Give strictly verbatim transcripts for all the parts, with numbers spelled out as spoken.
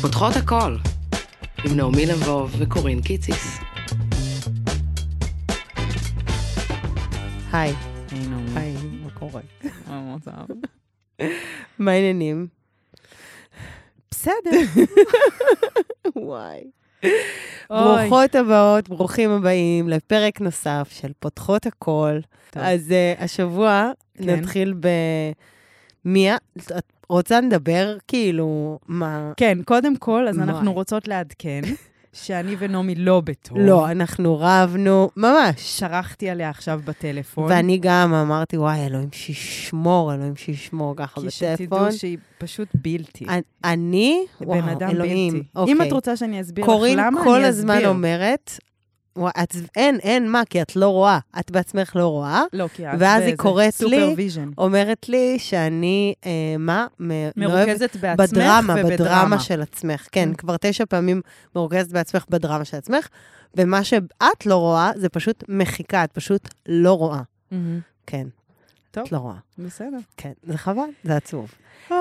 פותחות הכל, עם נעמי לבוב וקורין קיציס. היי. היי נעמי. היי, מה קורה? מה מצב? מה העניינים? בסדר. וואי. ברוכות הבאות, ברוכים הבאים לפרק נוסף של פותחות הכל. אז השבוע נתחיל ב... מיה, את רוצה לדבר כאילו מה... כן, קודם כל, אז אנחנו רוצות לעדכן שאני ונעמי לא בטוב. לא, אנחנו רבנו, ממש. שרחתי עליה עכשיו בטלפון. ואני גם אמרתי, וואי, אלוהים שישמור, אלוהים שישמור ככה בטלפון. כי שתדעו שהיא פשוט בלתי. אני, בן אדם בלתי. אם את רוצה שאני אסביר לך למה, אני אסביר. קורין כל הזמן אומרת, אין, אין מה, כי את לא רואה. את בעצמך לא רואה. לא, כי את ואז היא קוראת לי, סופרוויז'ן. אומרת לי שאני, מה? מרוכזת בעצמך בדרמה, ובדרמה. בדרמה של עצמך. כן, כבר תשע פעמים מרוכזת בעצמך בדרמה של עצמך, ומה שאת לא רואה, זה פשוט מחיקה, את פשוט לא רואה. כן. טוב. את לא רואה. בסדר. כן, זה חבל, זה עצוב.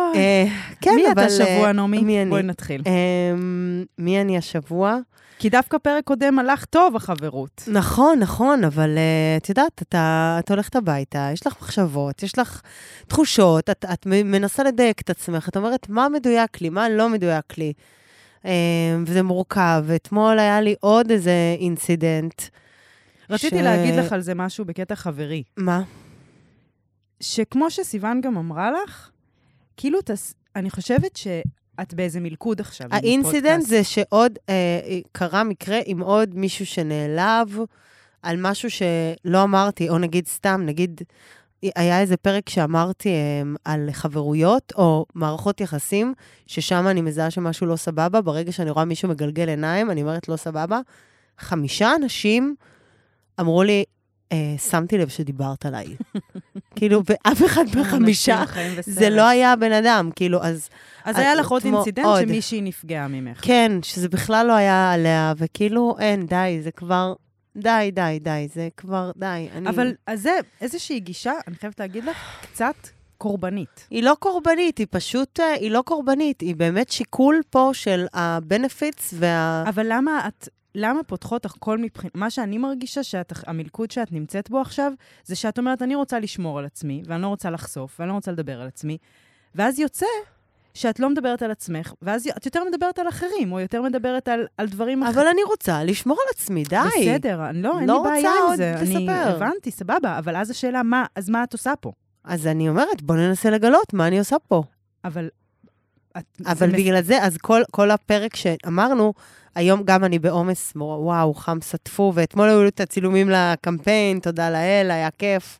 מי אתה השבוע, נעמי? בואי נתחיל. מי אני השבוע? כי דווקא פרק קודם הלך טוב, החברות. נכון, נכון, אבל uh, את יודעת, אתה, את הולכת הביתה, יש לך מחשבות, יש לך תחושות, את, את מנסה לדייק את עצמך, את אומרת, מה מדויק לי, מה לא מדויק לי, uh, וזה מורכב, ואתמול היה לי עוד איזה אינסידנט. רציתי ש... להגיד לך על זה משהו בקטע חברי. מה? שכמו שסיוון גם אמרה לך, כאילו, תס... אני חושבת ש... את באיזה מלכוד עכשיו. האינסידנט זה שעוד אה, קרה מקרה עם עוד מישהו שנעלב על משהו שלא אמרתי, או נגיד סתם, נגיד, היה איזה פרק שאמרתי אה, על חברויות, או מערכות יחסים, ששם אני מזהה שמשהו לא סבבה, ברגע שאני רואה מישהו מגלגל עיניים, אני אומרת לא סבבה. חמישה אנשים אמרו לי, אה, שמתי לב שדיברת עליי. כאילו, באף אחד בחמישה, זה לא היה הבן אדם, כאילו, אז... אז היה לך עוד אינסידנט שמישהי נפגעה ממך. כן, שזה בכלל לא היה עליה, וכאילו, אין, די, זה כבר, די, די, די, זה כבר, די. אבל זה איזושהי גישה, אני חייבת להגיד לך, קצת קורבנית. היא לא קורבנית, היא פשוט, היא לא קורבנית, היא באמת שיקול פה של ה-benefits וה... אבל למה את... למה פותחות הכל מבחינת... מה שאני מרגישה, שהמלכוד שאת נמצאת בו עכשיו, זה שאת אומרת, אני רוצה לשמור על עצמי, ואני לא רוצה לחשוף, ואני לא רוצה לדבר על עצמי, ואז יוצא שאת לא מדברת על עצמך, ואז את יותר מדברת על אחרים, או יותר מדברת על, על דברים אחרים. אבל אני רוצה לשמור על עצמי, די. בסדר, לא, אין לא לי בעיה עם זה. לספר. אני הבנתי, סבבה, אבל אז השאלה, מה, אז מה את עושה פה? אז אני אומרת, בוא ננסה לגלות מה אני עושה פה. אבל... את, אבל בגלל זה, אז כל, כל הפרק שאמרנו, היום גם אני באומס, וואו, חם סטפו, ואתמול היו את הצילומים לקמפיין, תודה לאל, היה כיף.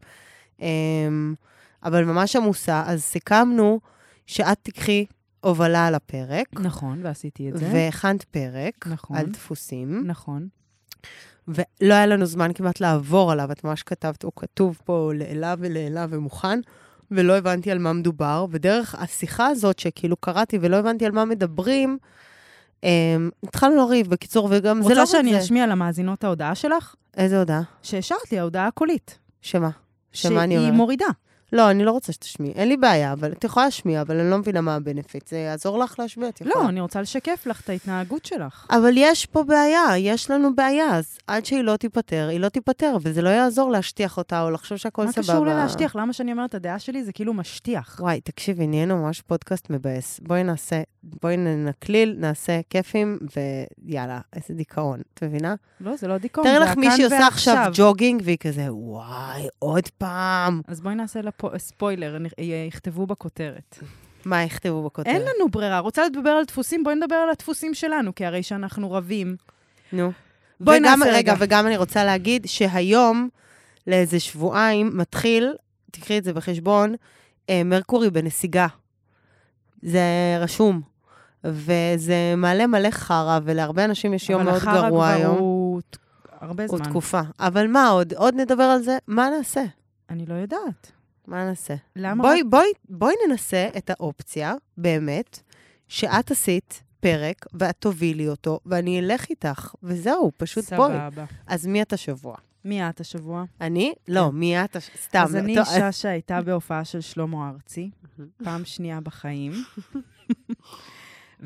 אבל ממש עמוסה, אז סיכמנו שאת תקחי הובלה על הפרק. נכון, ועשיתי את זה. והכנת פרק, נכון. על דפוסים. נכון. ולא היה לנו זמן כמעט לעבור עליו, את ממש כתבת, הוא כתוב פה לעילה ולעילה ומוכן, ולא הבנתי על מה מדובר, ודרך השיחה הזאת שכאילו קראתי ולא הבנתי על מה מדברים, התחלנו להריב, בקיצור, וגם זה לא... רוצה שאני אשמיע למאזינות ההודעה שלך? איזה הודעה? שהשארת לי, ההודעה הקולית. שמה? שמה אני אומרת? שהיא מורידה. לא, אני לא רוצה שתשמיע. אין לי בעיה, אבל את יכולה להשמיע, אבל אני לא מבינה מה הבנפיט. זה יעזור לך להשמיע, את יכולה. לא, אני רוצה לשקף לך את ההתנהגות שלך. אבל יש פה בעיה, יש לנו בעיה, אז עד שהיא לא תיפטר, היא לא תיפטר, וזה לא יעזור להשטיח אותה, או לחשוב שהכל סבבה. מה קשור לי להשטיח? למה שאני אומרת, הדעה שלי זה כאילו משטיח. וואי, תקשיבי, נהיינו ממש פודקאסט מבאס. בואי נעשה, בואי נקליל, נעשה כיפים, ויאללה, איזה דיכאון. את מבינה? לא, זה לא דיכאון, תאר לך מישהי עושה עכשיו ג'וגינג, והיא כזה, וואי, עוד פעם. אז בואי נעשה ספוילר, יכתבו בכותרת. מה יכתבו בכותרת? אין לנו ברירה. רוצה לדבר על דפוסים? בואי נדבר על הדפוסים שלנו, כי הרי שאנחנו רבים. נו. בואי נעשה רגע. רגע, וגם אני רוצה להגיד שהיום, לאיזה שבועיים, מתחיל, תקחי את זה בחשבון, מרקורי בנסיגה. זה רשום. וזה מעלה מלא חרה, ולהרבה אנשים יש יום מאוד גרוע היום. אבל החרה כבר הוא הרבה זמן. הוא תקופה. אבל מה עוד? עוד נדבר על זה? מה נעשה? אני לא יודעת. מה נעשה? למה? בואי, בואי, בואי ננסה את האופציה, באמת, שאת עשית פרק, ואת תובילי אותו, ואני אלך איתך, וזהו, פשוט סבבה. בואי. אז מי את השבוע? מי את השבוע? אני? לא, מי את השבוע? סתם. אז אני אישה שהייתה בהופעה של שלמה ארצי, פעם שנייה בחיים.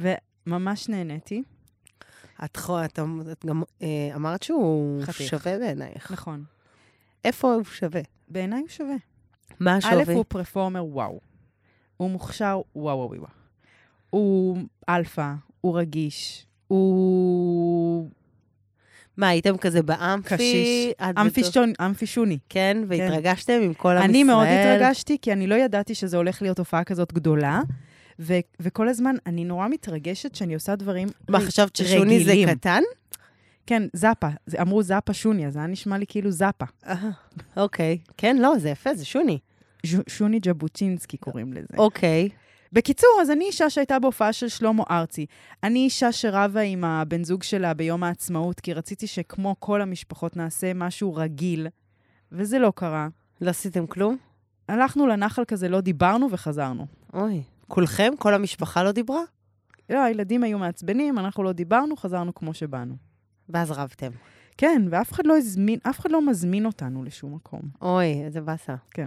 ממש נהניתי. את, את, את גם אה, אמרת שהוא חתיך. שווה בעינייך. נכון. איפה הוא שווה? בעיניי הוא שווה. מה א', השווה? הוא פרפורמר וואו. הוא מוכשר וואו וואו וואו. הוא אלפא, הוא רגיש, הוא מה, הייתם כזה באמפי? קשיש. עד אמפי בתוך- שון- אמפי שוני. כן, והתרגשתם עם כל עם ישראל. אני מאוד התרגשתי, כי אני לא ידעתי שזה הולך להיות הופעה כזאת גדולה, ו- וכל הזמן אני נורא מתרגשת שאני עושה דברים מה, חשבת ששוני זה רגילים. קטן? כן, זאפה. זה- אמרו זאפה שוני, אז זה היה נשמע לי כאילו זאפה. אה, אוקיי. כן, לא, זה יפה, זה שוני. ז'- שוני ג'בוצ'ינסקי קוראים לזה. אוקיי. בקיצור, אז אני אישה שהייתה בהופעה של שלמה ארצי. אני אישה שרבה עם הבן זוג שלה ביום העצמאות, כי רציתי שכמו כל המשפחות נעשה משהו רגיל, וזה לא קרה. לא עשיתם כלום? הלכנו לנחל כזה, לא דיברנו וחזרנו. אוי. כולכם? כל המשפחה לא דיברה? לא, הילדים היו מעצבנים, אנחנו לא דיברנו, חזרנו כמו שבאנו. ואז רבתם. כן, ואף אחד לא הזמין, אף אחד לא מזמין אותנו לשום מקום. אוי, איזה באסה. כן.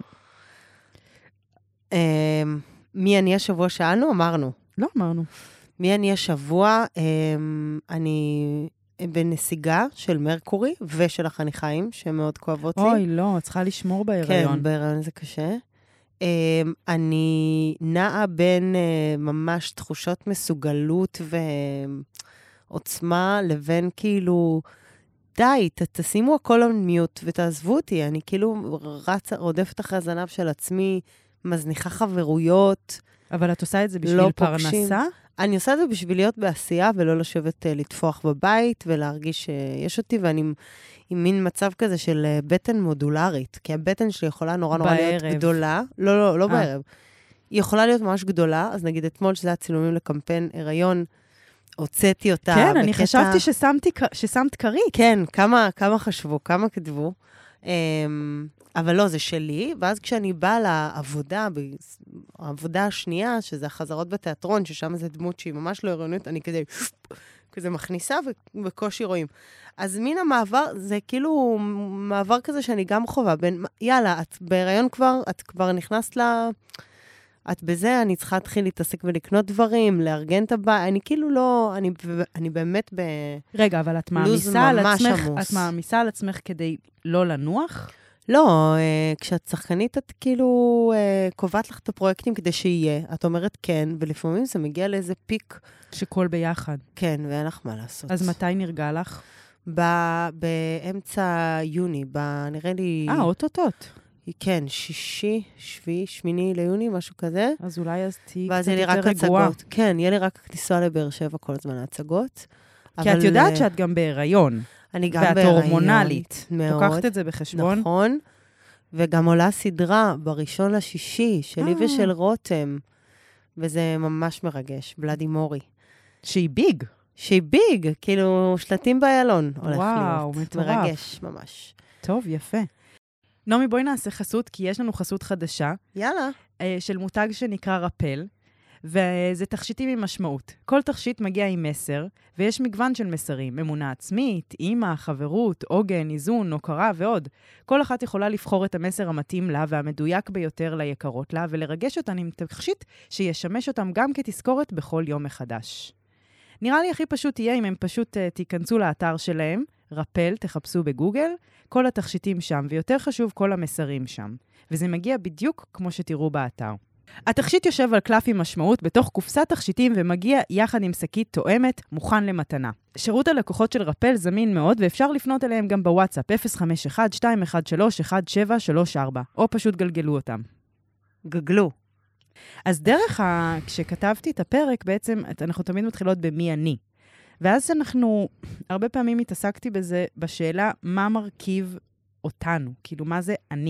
אמ, מי אני השבוע שאלנו? אמרנו. לא אמרנו. מי אני השבוע? אמ, אני בנסיגה של מרקורי ושל החניכיים, שהן מאוד כואבות לי. אוי, לא, את צריכה לשמור בהיריון. כן, בהיריון זה קשה. Um, אני נעה בין uh, ממש תחושות מסוגלות ועוצמה, לבין כאילו, די, ת, תשימו הכל על מיוט ותעזבו אותי. אני כאילו רצה, רודפת אחרי הזנב של עצמי, מזניחה חברויות. אבל את עושה את זה בשביל לא פוגשים. פרנסה? אני עושה את זה בשביל להיות בעשייה, ולא לשבת uh, לטפוח בבית, ולהרגיש שיש אותי, ואני עם מין מצב כזה של uh, בטן מודולרית, כי הבטן שלי יכולה נורא נורא להיות בערב. גדולה. לא, לא, לא אה. בערב. היא יכולה להיות ממש גדולה, אז נגיד אתמול שזה הצילומים לקמפיין הריון, הוצאתי אותה כן, אני בקטע- חשבתי ששמתי, ק- ששמת כרית. כן, כמה, כמה חשבו, כמה כתבו. Um, אבל לא, זה שלי, ואז כשאני באה לעבודה, ב- העבודה השנייה, שזה החזרות בתיאטרון, ששם זה דמות שהיא ממש לא הריונית, אני כזה, כזה מכניסה ובקושי רואים. אז מן המעבר, זה כאילו מעבר כזה שאני גם חובה, בין, יאללה, את בהיריון כבר, את כבר נכנסת ל... את בזה, אני צריכה להתחיל להתעסק ולקנות דברים, לארגן את הבית, אני כאילו לא, אני, אני באמת ב... רגע, אבל את לוז מעמיסה על ממש עצמך, עמוס. את מעמיסה על עצמך כדי לא לנוח? לא, אה, כשאת שחקנית, את כאילו אה, קובעת לך את הפרויקטים כדי שיהיה. את אומרת כן, ולפעמים זה מגיע לאיזה פיק, שכל ביחד. כן, ואין לך מה לעשות. אז מתי נרגע לך? ב- באמצע יוני, ב- נראה לי... אה, אוטוטוט. כן, שישי, שביעי, שמיני ליוני, משהו כזה. אז אולי אז תהיי ואז קצת יהיה לי רק יותר רגועה. הצגות. כן, יהיה לי רק לנסוע לבאר שבע כל הזמן להצגות. כי אבל, את יודעת אה, שאת גם בהיריון. אני גם ואת בהיריון. הורמונלית. מאוד. לוקחת את זה בחשבון? נכון. וגם עולה סדרה בראשון לשישי, שלי אה. ושל רותם. וזה ממש מרגש, בלאדי מורי. שהיא ביג. שהיא ביג, כאילו שלטים באיילון הולך וואו, להיות. מטורף. מרגש, ממש. טוב, יפה. נעמי, בואי נעשה חסות, כי יש לנו חסות חדשה, יאללה. אה, של מותג שנקרא רפל, וזה תכשיטים עם משמעות. כל תכשיט מגיע עם מסר, ויש מגוון של מסרים, אמונה עצמית, אימא, חברות, עוגן, איזון, הוקרה ועוד. כל אחת יכולה לבחור את המסר המתאים לה והמדויק ביותר ליקרות לה, ולרגש אותן עם תכשיט שישמש אותם גם כתזכורת בכל יום מחדש. נראה לי הכי פשוט יהיה אם הם פשוט uh, תיכנסו לאתר שלהם, רפל, תחפשו בגוגל, כל התכשיטים שם, ויותר חשוב כל המסרים שם. וזה מגיע בדיוק כמו שתראו באתר. התכשיט יושב על קלף עם משמעות בתוך קופסת תכשיטים ומגיע יחד עם שקית תואמת, מוכן למתנה. שירות הלקוחות של רפל זמין מאוד ואפשר לפנות אליהם גם בוואטסאפ אפס חמש אחת שתיים אחת שלוש אחת שבע שלוש ארבע, או פשוט גלגלו אותם. גגלו. אז דרך ה... כשכתבתי את הפרק, בעצם אנחנו תמיד מתחילות במי אני. ואז אנחנו, הרבה פעמים התעסקתי בזה, בשאלה מה מרכיב אותנו, כאילו מה זה אני.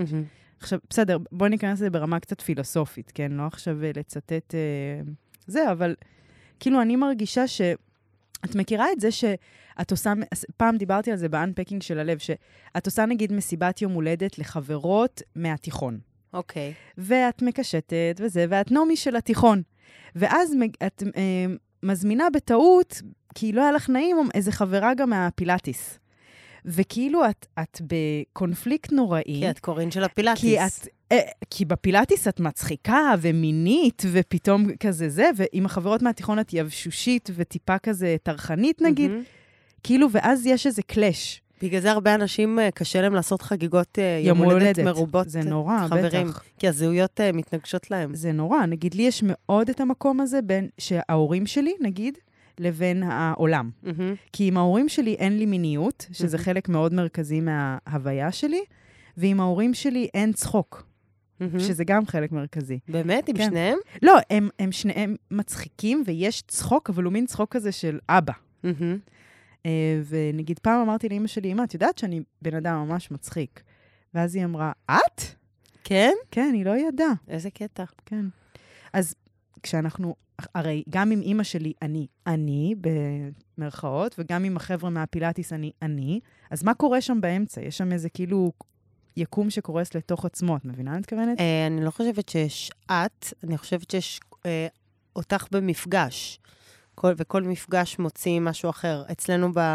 עכשיו, בסדר, בואי ניכנס לזה ברמה קצת פילוסופית, כן? לא עכשיו לצטט אה, זה, אבל כאילו אני מרגישה שאת מכירה את זה שאת עושה, פעם דיברתי על זה באנפקינג של הלב, שאת עושה נגיד מסיבת יום הולדת לחברות מהתיכון. אוקיי. ואת מקשטת וזה, ואת נעמי של התיכון. ואז את אה, מזמינה בטעות, כי לא היה לך נעים, איזה חברה גם מהפילאטיס. וכאילו את, את בקונפליקט נוראי. כי את קורין של הפילאטיס. כי את, כי בפילאטיס את מצחיקה ומינית, ופתאום כזה זה, ועם החברות מהתיכון את יבשושית וטיפה כזה טרחנית נגיד, כאילו, ואז יש איזה קלאש. בגלל זה הרבה אנשים קשה להם לעשות חגיגות יום הולדת מרובות זה נורא, חברים, בטח. כי הזהויות מתנגשות להם. זה נורא. נגיד, לי יש מאוד את המקום הזה בין שההורים שלי, נגיד, לבין העולם. Mm-hmm. כי עם ההורים שלי אין לי מיניות, שזה mm-hmm. חלק מאוד מרכזי מההוויה שלי, ועם ההורים שלי אין צחוק, mm-hmm. שזה גם חלק מרכזי. באמת? עם כן. שניהם? לא, הם, הם שניהם מצחיקים, ויש צחוק, אבל הוא מין צחוק כזה של אבא. Mm-hmm. Uh, ונגיד, פעם אמרתי לאמא שלי, אמא, את יודעת שאני בן אדם ממש מצחיק. ואז היא אמרה, את? כן? כן, היא לא ידעה. איזה קטע. כן. אז כשאנחנו, הרי גם עם אמא שלי אני, אני, במרכאות, וגם עם החבר'ה מהפילאטיס אני, אני, אז מה קורה שם באמצע? יש שם איזה כאילו יקום שקורס לתוך עצמו, את מבינה מה מתכוונת? אה, אני לא חושבת שיש את, אני חושבת שיש אה, אותך במפגש. כל, וכל מפגש מוציא משהו אחר. אצלנו ב,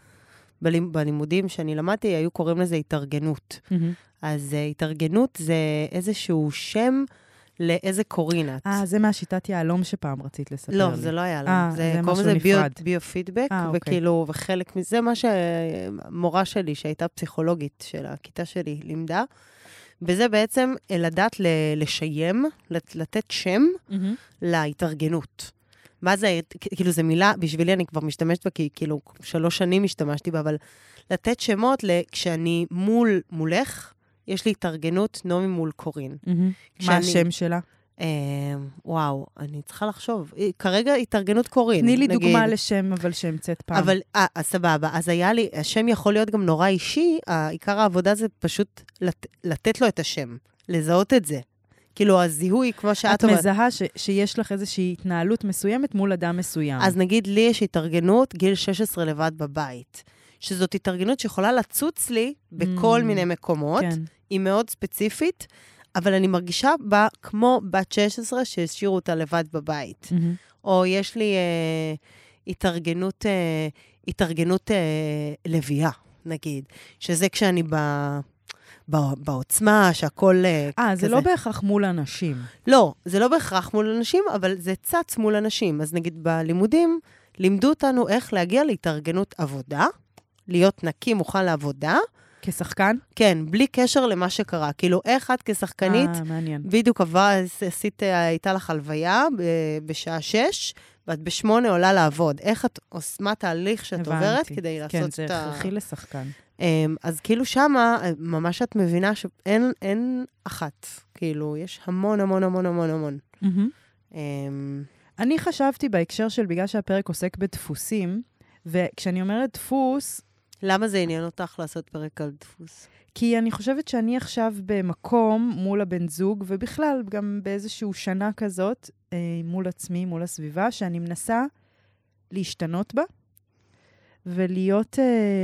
בלימ, בלימודים שאני למדתי, היו קוראים לזה התארגנות. Mm-hmm. אז uh, התארגנות זה איזשהו שם לאיזה קורינת. אה, זה מהשיטת יעלום שפעם רצית לספר לא, לי. זה לא יעלום. אה, זה, זה משהו זה נפרד. ביו, ביו-פידבק, אה, וכאילו, אוקיי. וחלק מזה, מה שהמורה שלי, שהייתה פסיכולוגית של הכיתה שלי, לימדה, וזה בעצם לדעת לשיים, לתת שם mm-hmm. להתארגנות. מה זה, כאילו, זו מילה, בשבילי אני כבר משתמשת בה, כי כאילו, שלוש שנים השתמשתי בה, אבל לתת שמות, כשאני מול, מולך, יש לי התארגנות נעמי מול קורין. Mm-hmm. מה השם שלה? אה, וואו, אני צריכה לחשוב. כרגע התארגנות קורין. תני לי נגיד. דוגמה לשם, אבל שהמצאת פעם. אבל, אה, סבבה. אז היה לי, השם יכול להיות גם נורא אישי, העיקר העבודה זה פשוט לת, לתת לו את השם, לזהות את זה. כאילו, הזיהוי, כמו שאת את מזהה ש, שיש לך איזושהי התנהלות מסוימת מול אדם מסוים. אז נגיד, לי יש התארגנות גיל שש עשרה לבד בבית, שזאת התארגנות שיכולה לצוץ לי בכל mm, מיני מקומות, כן. היא מאוד ספציפית, אבל אני מרגישה בה כמו בת שש עשרה שהשאירו אותה לבד בבית. Mm-hmm. או יש לי אה, התארגנות, אה, התארגנות אה, לביאה, נגיד, שזה כשאני ב... בעוצמה, שהכל כזה. אה, זה לא בהכרח מול אנשים. לא, זה לא בהכרח מול אנשים, אבל זה צץ מול אנשים. אז נגיד בלימודים, לימדו אותנו איך להגיע להתארגנות עבודה, להיות נקי, מוכן לעבודה. כשחקן? כן, בלי קשר למה שקרה. כאילו, איך את כשחקנית, אה, מעניין. בדיוק עבר, עשית, הייתה לך הלוויה בשעה שש, ואת בשמונה עולה לעבוד. איך את עושה תהליך שאת הבנתי. עוברת כדי לעשות כן, את ה... כן, זה הכרחי לשחקן. אז כאילו שמה, ממש את מבינה שאין אין אחת. כאילו, יש המון, המון, המון, המון, המון. Mm-hmm. אני חשבתי בהקשר של בגלל שהפרק עוסק בדפוסים, וכשאני אומרת דפוס... למה זה עניין אותך לעשות פרק על דפוס? כי אני חושבת שאני עכשיו במקום מול הבן זוג, ובכלל גם באיזשהו שנה כזאת, מול עצמי, מול הסביבה, שאני מנסה להשתנות בה, ולהיות...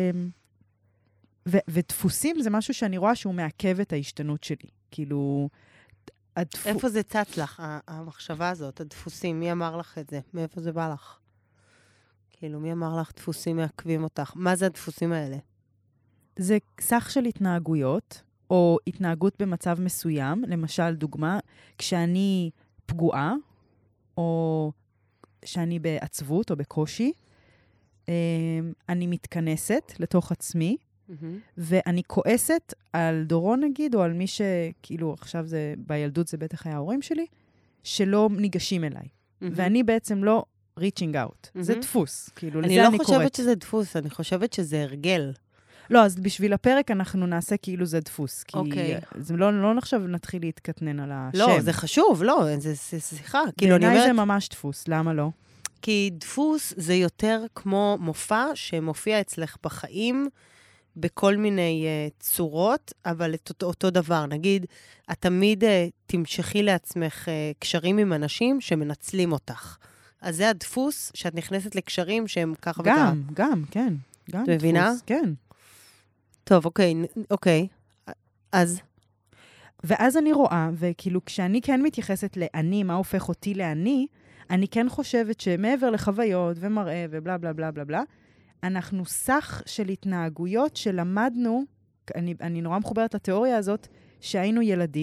ו- ודפוסים זה משהו שאני רואה שהוא מעכב את ההשתנות שלי. כאילו... הדפו... איפה זה צץ לך, המחשבה הזאת, הדפוסים? מי אמר לך את זה? מאיפה זה בא לך? כאילו, מי אמר לך דפוסים מעכבים אותך? מה זה הדפוסים האלה? זה סך של התנהגויות, או התנהגות במצב מסוים. למשל, דוגמה, כשאני פגועה, או שאני בעצבות או בקושי, אני מתכנסת לתוך עצמי, Mm-hmm. ואני כועסת על דורון נגיד, או על מי שכאילו עכשיו זה, בילדות זה בטח היה ההורים שלי, שלא ניגשים אליי. Mm-hmm. ואני בעצם לא reaching out. Mm-hmm. זה דפוס. כאילו, לזה אני קוראת. אני לא חושבת שזה דפוס, אני חושבת שזה הרגל. לא, אז בשביל הפרק אנחנו נעשה כאילו זה דפוס. כי אוקיי. זה לא, לא נחשב נתחיל להתקטנן על השם. לא, זה חשוב, לא, זה, זה שיחה. כאילו, אני בעיניי אומרת... זה ממש דפוס, למה לא? כי דפוס זה יותר כמו מופע שמופיע אצלך בחיים, בכל מיני uh, צורות, אבל את אותו, אותו דבר. נגיד, את תמיד uh, תמשכי לעצמך uh, קשרים עם אנשים שמנצלים אותך. אז זה הדפוס שאת נכנסת לקשרים שהם ככה וככה. גם, גם, כן. גם את מבינה? דפוס, כן. טוב, אוקיי, אוקיי. אז... ואז אני רואה, וכאילו כשאני כן מתייחסת לאני, מה הופך אותי לאני, אני כן חושבת שמעבר לחוויות ומראה ובלה בלה בלה בלה בלה, אנחנו סך של התנהגויות שלמדנו, אני, אני נורא מחוברת לתיאוריה הזאת, שהיינו ילדים,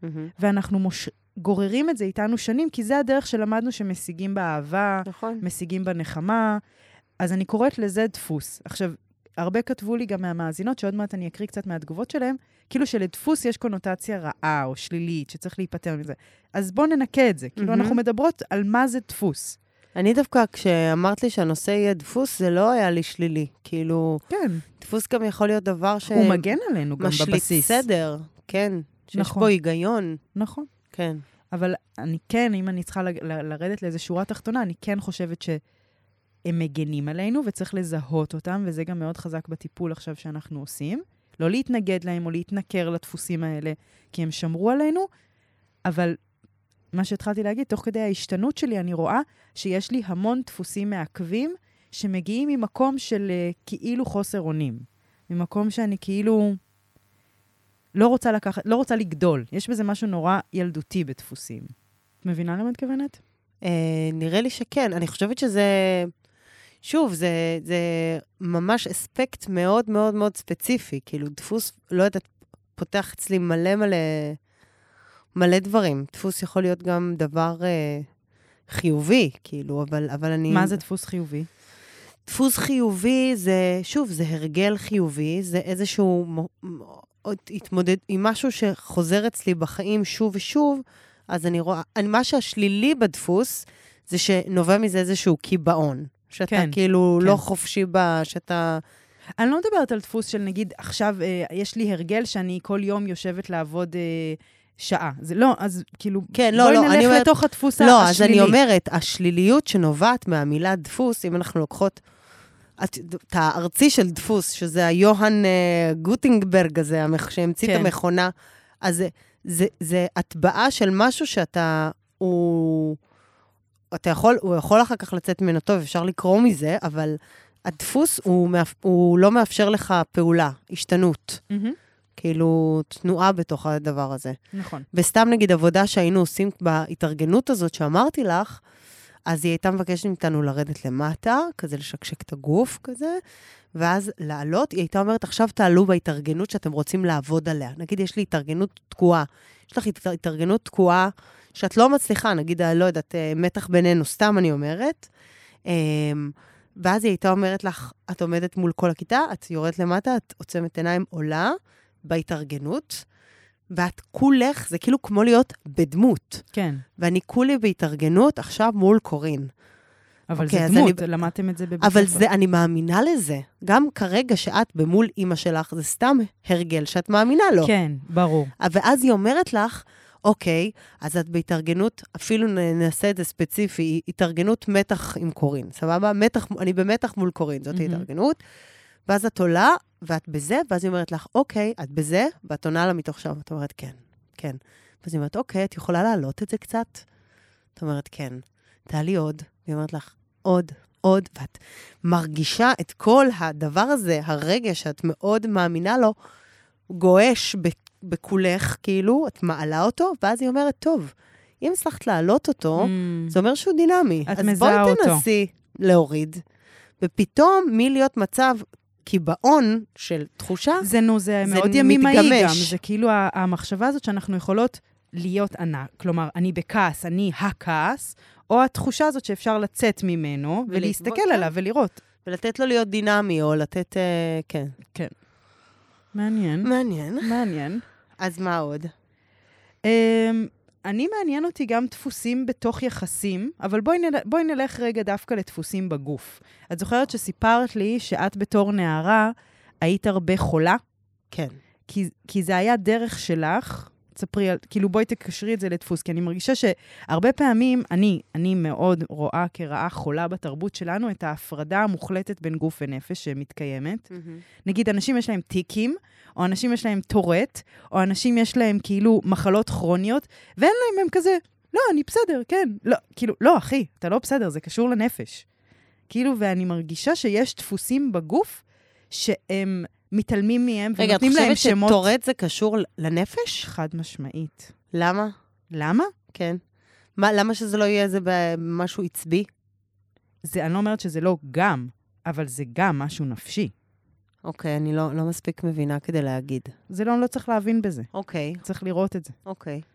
ואנחנו מוש... גוררים את זה איתנו שנים, כי זה הדרך שלמדנו שמשיגים באהבה, נכון. משיגים בנחמה, אז אני קוראת לזה דפוס. עכשיו, הרבה כתבו לי גם מהמאזינות, שעוד מעט אני אקריא קצת מהתגובות שלהם, כאילו שלדפוס יש קונוטציה רעה או שלילית, שצריך להיפטר מזה. אז בואו ננקה את זה. כאילו Mm-hmm. אנחנו מדברות על מה זה דפוס. אני דווקא, כשאמרת לי שהנושא יהיה דפוס, זה לא היה לי שלילי. כאילו, כן. דפוס גם יכול להיות דבר ש... הוא מגן עלינו גם בבסיס. משליט סדר, כן. שיש נכון. בו היגיון. נכון. כן. אבל אני כן, אם אני צריכה ל- ל- לרדת לאיזו שורה תחתונה, אני כן חושבת שהם מגנים עלינו, וצריך לזהות אותם, וזה גם מאוד חזק בטיפול עכשיו שאנחנו עושים. לא להתנגד להם או להתנכר לדפוסים האלה, כי הם שמרו עלינו, אבל מה שהתחלתי להגיד, תוך כדי ההשתנות שלי, אני רואה שיש לי המון דפוסים מעכבים, שמגיעים ממקום של uh, כאילו חוסר אונים. ממקום שאני כאילו לא רוצה לקחת, לא רוצה לגדול. יש בזה משהו נורא ילדותי בדפוסים. את מבינה למה את כוונת? אה, נראה לי שכן. אני חושבת שזה... שוב, זה, זה ממש אספקט מאוד מאוד מאוד ספציפי. כאילו, דפוס, לא יודעת, פותח אצלי מלא מלא, מלא דברים. דפוס יכול להיות גם דבר אה, חיובי, כאילו, אבל, אבל אני... מה זה דפוס חיובי? דפוס חיובי זה, שוב, זה הרגל חיובי, זה איזשהו התמודד עם משהו שחוזר אצלי בחיים שוב ושוב, אז אני רואה, מה שהשלילי בדפוס, זה שנובע מזה איזשהו קיבעון. שאתה כן, כאילו כן. לא חופשי בה, שאתה... אני לא מדברת על דפוס של נגיד, עכשיו אה, יש לי הרגל שאני כל יום יושבת לעבוד אה, שעה. זה לא, אז כאילו, כן, לא, בואי לא, נלך אני אומרת, לתוך הדפוס לא, השלילי. אז אני אומרת, השליליות שנובעת מהמילה דפוס, אם אנחנו לוקחות את, את הארצי של דפוס, שזה היוהן אה, גוטינגברג הזה, שהמציא כן. את המכונה, אז זה, זה, זה הטבעה של משהו שאתה, הוא... אתה יכול, הוא יכול אחר כך לצאת ממנו טוב, אפשר לקרוא מזה, אבל הדפוס הוא, מאפ, הוא לא מאפשר לך פעולה, השתנות. Mm-hmm. כאילו, תנועה בתוך הדבר הזה. נכון. וסתם נגיד עבודה שהיינו עושים בהתארגנות הזאת שאמרתי לך, אז היא הייתה מבקשת מאיתנו לרדת למטה, כזה לשקשק את הגוף כזה, ואז לעלות, היא הייתה אומרת, עכשיו תעלו בהתארגנות שאתם רוצים לעבוד עליה. נגיד, יש לי התארגנות תקועה. יש לך התארגנות תקועה, שאת לא מצליחה, נגיד, לא יודעת, מתח בינינו, סתם אני אומרת. ואז היא הייתה אומרת לך, את עומדת מול כל הכיתה, את יורדת למטה, את עוצמת עיניים עולה בהתארגנות, ואת כולך, זה כאילו כמו להיות בדמות. כן. ואני כולי בהתארגנות עכשיו מול קורין. אבל אוקיי, זה אז דמות, אני- למדתם את זה בבית אבל ספר. זה, אני מאמינה לזה. גם כרגע שאת במול אימא שלך, זה סתם הרגל שאת מאמינה לו. כן, ברור. ואז היא אומרת לך, אוקיי, אז את בהתארגנות, אפילו נ- נעשה את זה ספציפי, התארגנות מתח עם קורין, סבבה? מתח, אני במתח מול קורין, זאת מהמם. ההתארגנות. ואז את עולה, ואת בזה, ואז היא אומרת לך, אוקיי, את בזה, ואת עונה לה מתוך שם. את אומרת, כן, כן. ואז היא אומרת, אוקיי, את יכולה להעלות את זה קצת? את אומרת, כן. תעלי עוד. והיא אומרת לך, עוד, עוד, ואת מרגישה את כל הדבר הזה, הרגע שאת מאוד מאמינה לו, גואש ב- בכולך, כאילו, את מעלה אותו, ואז היא אומרת, טוב, אם הצלחת להעלות אותו, Mm. זה אומר שהוא דינמי. את אז מזהה בואי אותו. תנסי להוריד, ופתאום מלהיות מצב קיבעון של תחושה, זה נו, זה זה מאוד ימימאי מתגמש. גם. זה כאילו ה- המחשבה הזאת שאנחנו יכולות להיות ענק. כלומר, אני בכעס, אני הכעס, או התחושה הזאת שאפשר לצאת ממנו, ולהסתכל כן. עליו ולראות. ולתת לו להיות דינמי, או לתת, אה, כן. מעניין. מעניין. מעניין. אז מה עוד? Um, אני מעניין אותי גם דפוסים בתוך יחסים, אבל בואי, נל... בואי נלך רגע דווקא לדפוסים בגוף. את זוכרת שסיפרת לי שאת בתור נערה היית הרבה חולה? כן. כי, כי זה היה דרך שלך, תספרי, על- כאילו בואי תקשרי את זה לדפוס, כי אני מרגישה שהרבה פעמים, אני, אני מאוד רואה כרעה חולה בתרבות שלנו, את ההפרדה המוחלטת בין גוף ונפש שמתקיימת. נגיד, אנשים יש להם טיקים, או אנשים יש להם טורט, או אנשים יש להם כאילו מחלות כרוניות, ואין להם הם כזה, לא, אני בסדר, כן. לא, כאילו, לא, אחי, אתה לא בסדר, זה קשור לנפש. כאילו, ואני מרגישה שיש דפוסים בגוף שהם מתעלמים מהם, רגע, את ונותנים להם חושבת שמות... שטורט זה קשור לנפש? חד משמעית. למה? למה? כן. מה, למה שזה לא יהיה איזה משהו עצבי? זה, אני לא אומרת שזה לא גם, אבל זה גם משהו נפשי. אוקיי, אני לא, לא מספיק מבינה כדי להגיד. זה לא, לא צריך להבין בזה. אוקיי, צריך לראות את זה. אוקיי.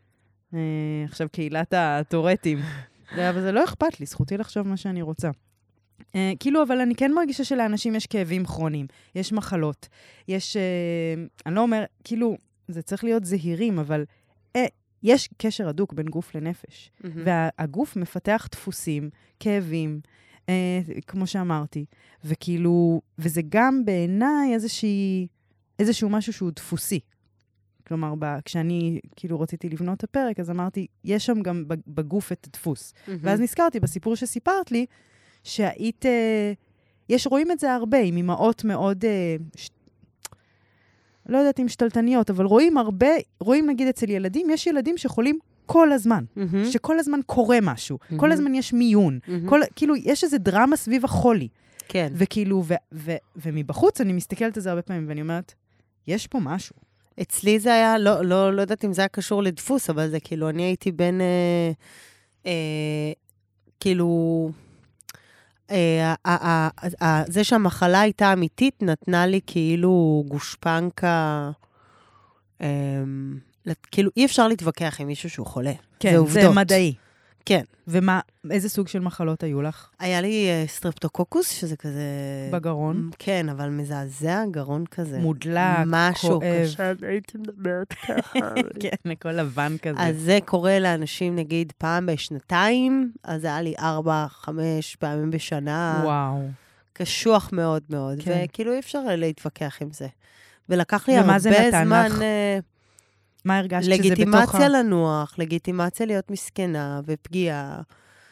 עכשיו קהילת הטורטים. אבל זה לא אכפת לי, זכותי לחשוב מה שאני רוצה. Uh, כאילו, אבל אני כן מרגישה שלאנשים יש כאבים כרוניים, יש מחלות, יש, uh, אני לא אומר, כאילו, זה צריך להיות זהירים, אבל uh, יש קשר הדוק בין גוף לנפש. Mm-hmm. והגוף מפתח דפוסים, כאבים, uh, כמו שאמרתי, וכאילו, וזה גם בעיניי איזושהי, איזשהו משהו שהוא דפוסי. כלומר, ב, כשאני כאילו רציתי לבנות את הפרק, אז אמרתי, יש שם גם בגוף את הדפוס. Mm-hmm. ואז נזכרתי בסיפור שסיפרת לי, שהיית, אה, יש, רואים את זה הרבה, עם אמאות מאוד, אה, ש... לא יודעת אם שתלטניות, אבל רואים הרבה, רואים נגיד אצל ילדים, יש ילדים שחולים כל הזמן, mm-hmm. שכל הזמן קורה משהו, mm-hmm. כל הזמן יש מיון, mm-hmm. כל, כאילו, יש איזו דרמה סביב החולי. כן. וכאילו, ו, ו, ומבחוץ אני מסתכלת על זה הרבה פעמים, ואני אומרת, יש פה משהו. אצלי זה היה, לא, לא, לא יודעת אם זה היה קשור לדפוס, אבל זה כאילו, אני הייתי בין, אה, אה, כאילו, זה שהמחלה הייתה אמיתית, נתנה לי כאילו גושפנקה, כאילו אי אפשר להתווכח עם מישהו שהוא חולה. כן, זה מדעי. כן. ומה, איזה סוג של מחלות היו לך? היה לי סטרפטוקוקוס, שזה כזה... בגרון? כן, אבל מזעזע, גרון כזה. מודלק, משהו כואב. קשה, הייתי מדברת ככה. כן, הכל לבן כזה. אז זה קורה לאנשים, נגיד, פעם בשנתיים, אז היה לי ארבע, חמש פעמים בשנה. וואו. קשוח מאוד מאוד, כן. וכאילו אי אפשר להתווכח עם זה. ולקח לי הרבה זמן... מה הרגשת שזה בתוך ה... לגיטימציה לנוח, לגיטימציה להיות מסכנה ופגיעה.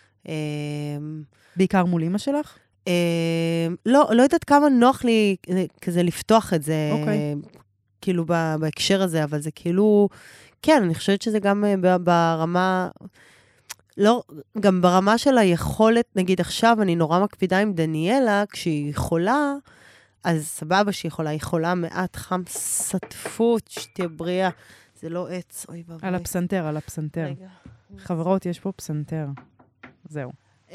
בעיקר מול אמא שלך? לא, לא יודעת כמה נוח לי כזה לפתוח את זה, אוקיי. כאילו בהקשר הזה, אבל זה כאילו, כן, אני חושבת שזה גם ברמה, לא, גם ברמה של היכולת, נגיד עכשיו אני נורא מקפידה עם דניאלה, כשהיא חולה, אז סבבה שהיא חולה, היא חולה מעט חם סטפות, שתהיה בריאה. זה לא עץ, אוי בבוי. על הפסנתר, על הפסנתר. רגע. חברות, יש פה פסנתר. זהו.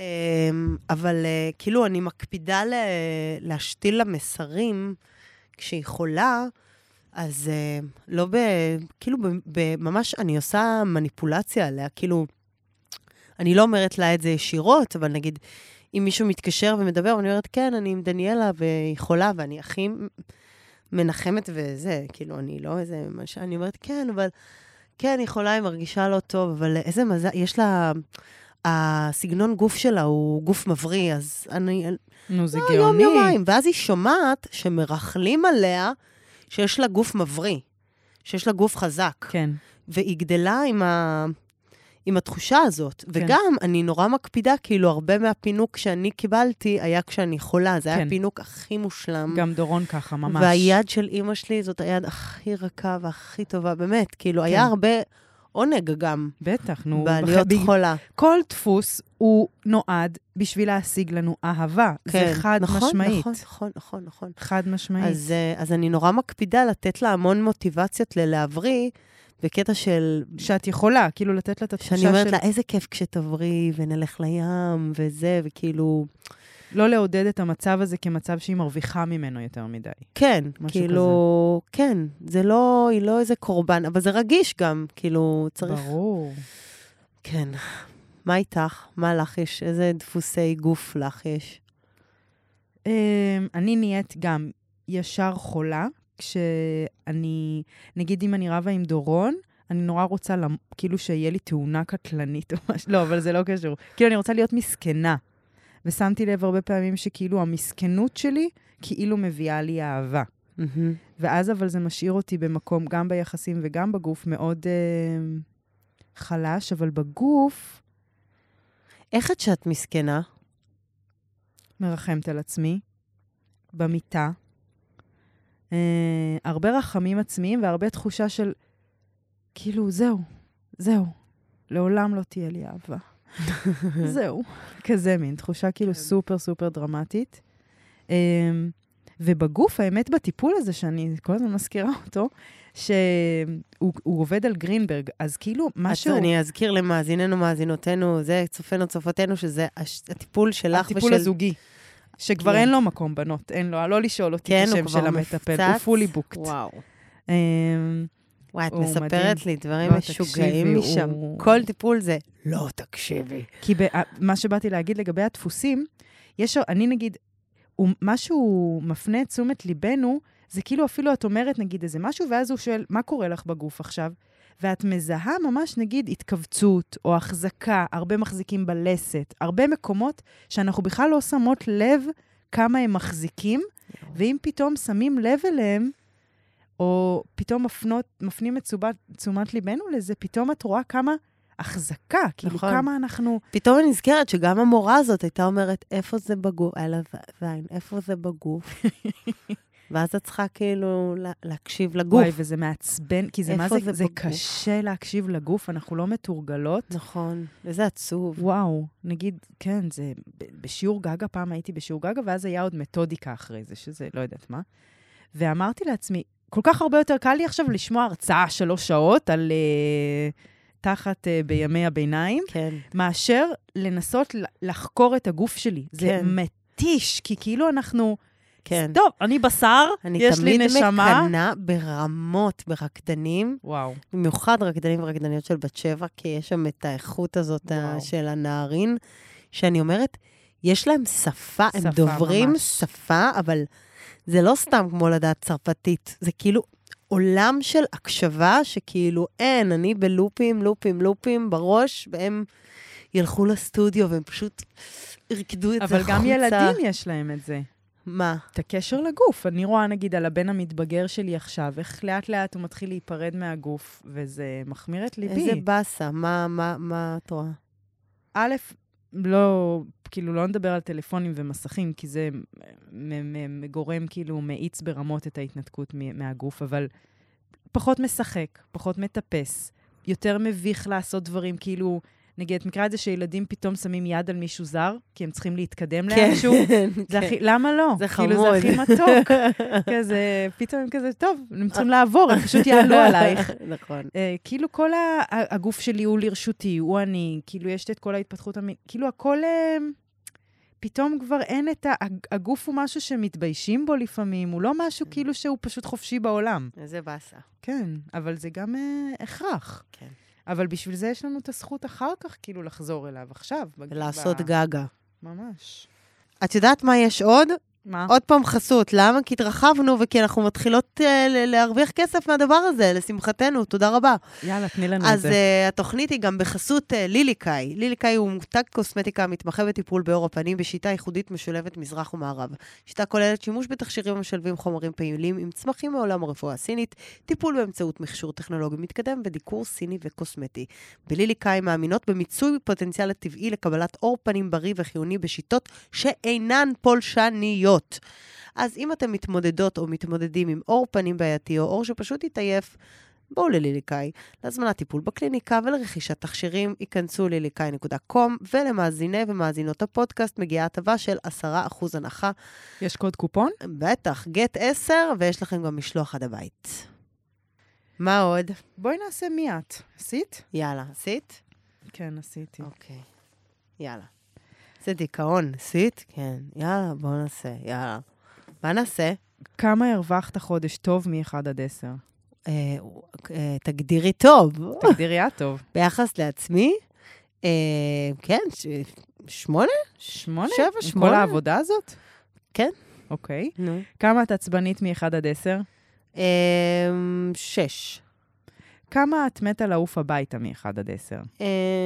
אבל כאילו אני מקפידה להשתיל לה מסרים, כשהיא חולה, אז לא ב... כאילו ממש אני עושה מניפולציה עליה, כאילו, אני לא אומרת לה את זה ישירות, אבל נגיד, אם מישהו מתקשר ומדבר, אני אומרת, כן, אני עם דניאלה והיא חולה, ואני הכי מנחמת וזה, כאילו, אני לא איזה משהו, אני אומרת, כן, אבל, כן, היא חולה, היא מרגישה לא טוב, אבל איזה מזל, יש לה, הסגנון גוף שלה הוא גוף מבריא, אז אני... נו, זה לא, גאוני. יום יומיים, ואז היא שומעת שמרחלים עליה, שיש לה גוף מבריא, שיש לה גוף חזק. כן. והיא גדלה עם ה... עם התחושה הזאת. כן. וגם, אני נורא מקפידה, כאילו, הרבה מהפינוק שאני קיבלתי היה כשאני חולה. זה כן. היה הפינוק הכי מושלם. גם דורון ככה, ממש. והיד של אמא שלי, זאת היד הכי רכה והכי טובה, באמת. כאילו, כן. היה הרבה עונג גם. בטח, נו. בלהיות בח... חולה. כל דפוס הוא נועד בשביל להשיג לנו אהבה. כן. זה חד נכון, משמעית. נכון, נכון, נכון, נכון. חד משמעית. אז, אז אני נורא מקפידה לתת לה המון מוטיבציות ללהבריא, בקטע של... שאת יכולה, כאילו לתת לה את התחושה של... שאני אומרת לה, איזה כיף כשתבריא, ונלך לים, וזה, וכאילו... לא לעודד את המצב הזה כמצב שהיא מרוויחה ממנו יותר מדי. כן, כאילו... כזה. כן, זה לא... היא לא איזה קורבן, אבל זה רגיש גם, כאילו, צריך... ברור. כן. מה איתך? מה לך יש? איזה דפוסי גוף לך יש? אני נהיית גם ישר חולה, כשאני, נגיד אם אני רבה עם דורון, אני נורא רוצה, למ... כאילו שיהיה לי תאונה קטלנית או משהו, לא, אבל זה לא קשור. כאילו אני רוצה להיות מסכנה. ושמתי לב הרבה פעמים שכאילו המסכנות שלי, כאילו מביאה לי אהבה. Mm-hmm. ואז אבל זה משאיר אותי במקום, גם ביחסים וגם בגוף, מאוד אה, חלש, אבל בגוף... איך את שאת מסכנה? מרחמת על עצמי, במיטה, Uh, הרבה רחמים עצמיים והרבה תחושה של כאילו זהו, זהו, לעולם לא תהיה לי אהבה. זהו, כזה מין, תחושה כאילו סופר סופר דרמטית. Uh, ובגוף, האמת בטיפול הזה, שאני כל הזמן מזכירה אותו, שהוא עובד על גרינברג, אז כאילו משהו... אני אזכיר למאזיננו, מאזינותינו, זה צופנו, צופותינו, שזה הטיפול שלך ושל... הטיפול הזוגי. שכבר אין לו מקום, בנות, אין לו, לא לשאול אותי את השם של המטפל, הוא פולי בוקט. וואו. וואי, את הוא מספרת מדהים. לי דברים לא, משוגעים תקשיבי, משם. הוא- כל טיפול זה, לא תקשיבי. כי ב- מה שבאתי להגיד לגבי הדפוסים, יש, אני נגיד, הוא, מה שהוא מפנה את תשומת ליבנו, זה כאילו אפילו את אומרת, נגיד, איזה משהו, ואז הוא שואל, מה קורה לך בגוף עכשיו? ואת מזהה ממש, נגיד, התכווצות או החזקה, הרבה מחזיקים בלסת, הרבה מקומות שאנחנו בכלל לא שמות לב כמה הם מחזיקים, ואם פתאום שמים לב אליהם, או פתאום מפנות, מפנים את תשומת, תשומת ליבנו לזה, פתאום את רואה כמה החזקה, כאילו נכון. כמה אנחנו... פתאום אני נזכרת שגם המורה הזאת הייתה אומרת, איפה זה בגוף? אלה זין, איפה זה בגוף? ואז את צריכה כאילו לה, להקשיב לגוף. וואי, וזה מעצבן, כי זה מה זה, זה זה בגוף? קשה להקשיב לגוף, אנחנו לא מתורגלות. נכון, איזה עצוב. וואו, נגיד, כן, זה, ב- בשיעור גגה, פעם הייתי בשיעור גגה, ואז היה עוד מתודיקה אחרי זה, שזה לא יודעת מה. ואמרתי לעצמי, כל כך הרבה יותר קל לי עכשיו לשמוע הרצאה שלוש שעות על uh, תחת uh, בימי הביניים, כן. מאשר לנסות ל- לחקור את הגוף שלי. זה כן. מתיש, כי כאילו אנחנו... כן. טוב, אני בשר, יש לי נשמה. אני תמיד מקנה ברמות, ברקדנים, וואו. במיוחד רקדנים ורקדניות של בת שבע, כי יש שם את האיכות הזאת וואו. של הנערים, שאני אומרת, יש להם שפה, הם שפה דוברים ממש. שפה, אבל זה לא סתם כמו לדעת צרפתית, זה כאילו עולם של הקשבה, שכאילו אין, אני בלופים, לופים, לופים בראש, והם ילכו לסטודיו, והם פשוט ירקדו את זה אבל החוצה. גם ילדים יש להם את זה. מה? את הקשר לגוף. אני רואה, נגיד, על הבן המתבגר שלי עכשיו, איך לאט לאט הוא מתחיל להיפרד מהגוף, וזה מחמיר את ליבי. איזה בסה, מה, מה, מה את רואה? א', לא, כאילו, לא נדבר על טלפונים ומסכים, כי זה מ- מ- מ- גורם, כאילו, מאיץ ברמות את ההתנתקות מ- מהגוף, אבל פחות משחק, פחות מטפס, יותר מביך לעשות דברים, כאילו, נגיד, את מקרא את זה שילדים פתאום שמים יד על מישהו זר, כי הם צריכים להתקדם לאנשהו. זה הכי, למה לא? זה כאילו, חמוד. זה הכי מתוק. כזה, פתאום הם כזה, טוב, הם צריכים לעבור, הם פשוט יעלו עלייך. נכון. אה, כאילו כל ה- הגוף שלי הוא לרשותי, הוא אני, כאילו יש את כל ההתפתחות, המ- כאילו הכל, אה, פתאום כבר אין את ה... הג- הגוף הוא משהו שמתביישים בו לפעמים, הוא לא משהו כאילו שהוא פשוט חופשי בעולם. איזה בסה. כן, אבל זה גם אה, הכרח. כן. אבל בשביל זה יש לנו את הזכות אחר כך כאילו לחזור אליו עכשיו. בג- לעשות ב- גגה. ממש. את יודעת מה יש עוד? מה? עוד פעם חסות. למה? כי התרחבנו וכי אנחנו מתחילות uh, ל- להרוויח כסף מהדבר הזה, לשמחתנו. תודה רבה. יאללה, תני לנו את אז זה. uh, התוכנית היא גם בחסות uh, ליליקאי. ליליקאי הוא מותג קוסמטיקה מתמחה בטיפול בעור הפנים בשיטה ייחודית משולבת מזרח ומערב. שיטה כוללת שימוש בתכשירים המשלבים חומרים פעילים עם צמחים מעולם הרפואה הסינית, טיפול באמצעות מכשור טכנולוגי מתקדם ודיקור סיני וקוסמטי. בליליקאי מאמינות במיצוי פוטנציאל הטבעי לקבלת עור פנים בריא וחיוני בשיטות שאינן פולשניות. אז אם אתם מתמודדות או מתמודדים עם עור פנים בעייתי או עור שפשוט יתעייף, בואו לליליקאי. להזמנת טיפול בקליניקה ולרכישת תכשירים, ייכנסו לליליקאי נקודה קום, ולמאזיני ומאזינות הפודקאסט מגיעה הטבה של עשרה אחוז הנחה. יש קוד קופון? בטח, גט עשר, ויש לכם גם משלוח עד הבית. מה עוד? בואי נעשה מי את. עשית? יאללה, עשית? כן, עשיתי. אוקיי. יאללה. זה דיכאון, עשית? כן. יאללה, בואו נעשה, יאללה. מה נעשה? כמה הרווחת חודש טוב מ-אחד עד עשר? אה, אה, תגדירי טוב. תגדירי את טוב. ביחס לעצמי, אה, כן, ש... שמונה? שמונה? שבע, עם שמונה. כל העבודה הזאת? כן. אוקיי. נו. כמה את עצבנית מ-אחד עד עשר? אה, שש. כמה את מתה לעוף הביתה מ-אחד עד עשר? אה,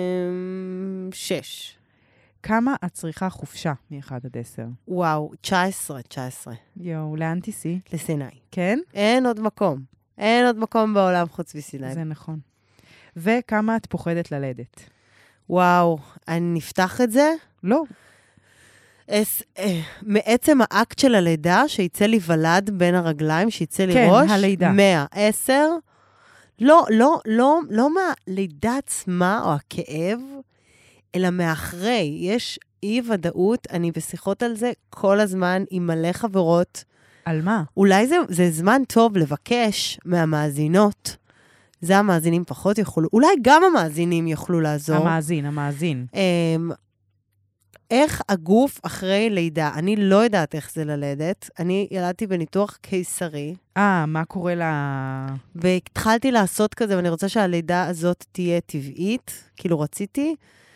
שש. כמה את צריכה חופשה מ-אחד עד עשר? וואו, תשע עשרה, תשע עשרה. יואו, לאן תיסעי? לסיני. כן? אין עוד מקום. אין עוד מקום בעולם חוץ מסיני. זה נכון. וכמה את פוחדת ללדת? וואו, אני נפתח את זה? לא. אס, אה, מעצם האקט של הלידה, שיצא לי ולד בין הרגליים, שיצא לי כן, ראש, הלידה. מאה, עשר, לא, לא, לא, לא מהלידה עצמה או הכאב, אלא מאחרי. יש אי-ודאות, אני בשיחות על זה כל הזמן עם מלא חברות. על מה? אולי זה, זה זמן טוב לבקש מהמאזינות. זה המאזינים פחות יכולו, אולי גם המאזינים יכולו לעזור. המאזין, המאזין. אמ, איך הגוף אחרי לידה. אני לא יודעת איך זה ללדת. אני ילדתי בניתוח קיסרי. אה, מה קורה ל... והתחלתי לעשות כזה, ואני רוצה שהלידה הזאת תהיה טבעית, כאילו רציתי,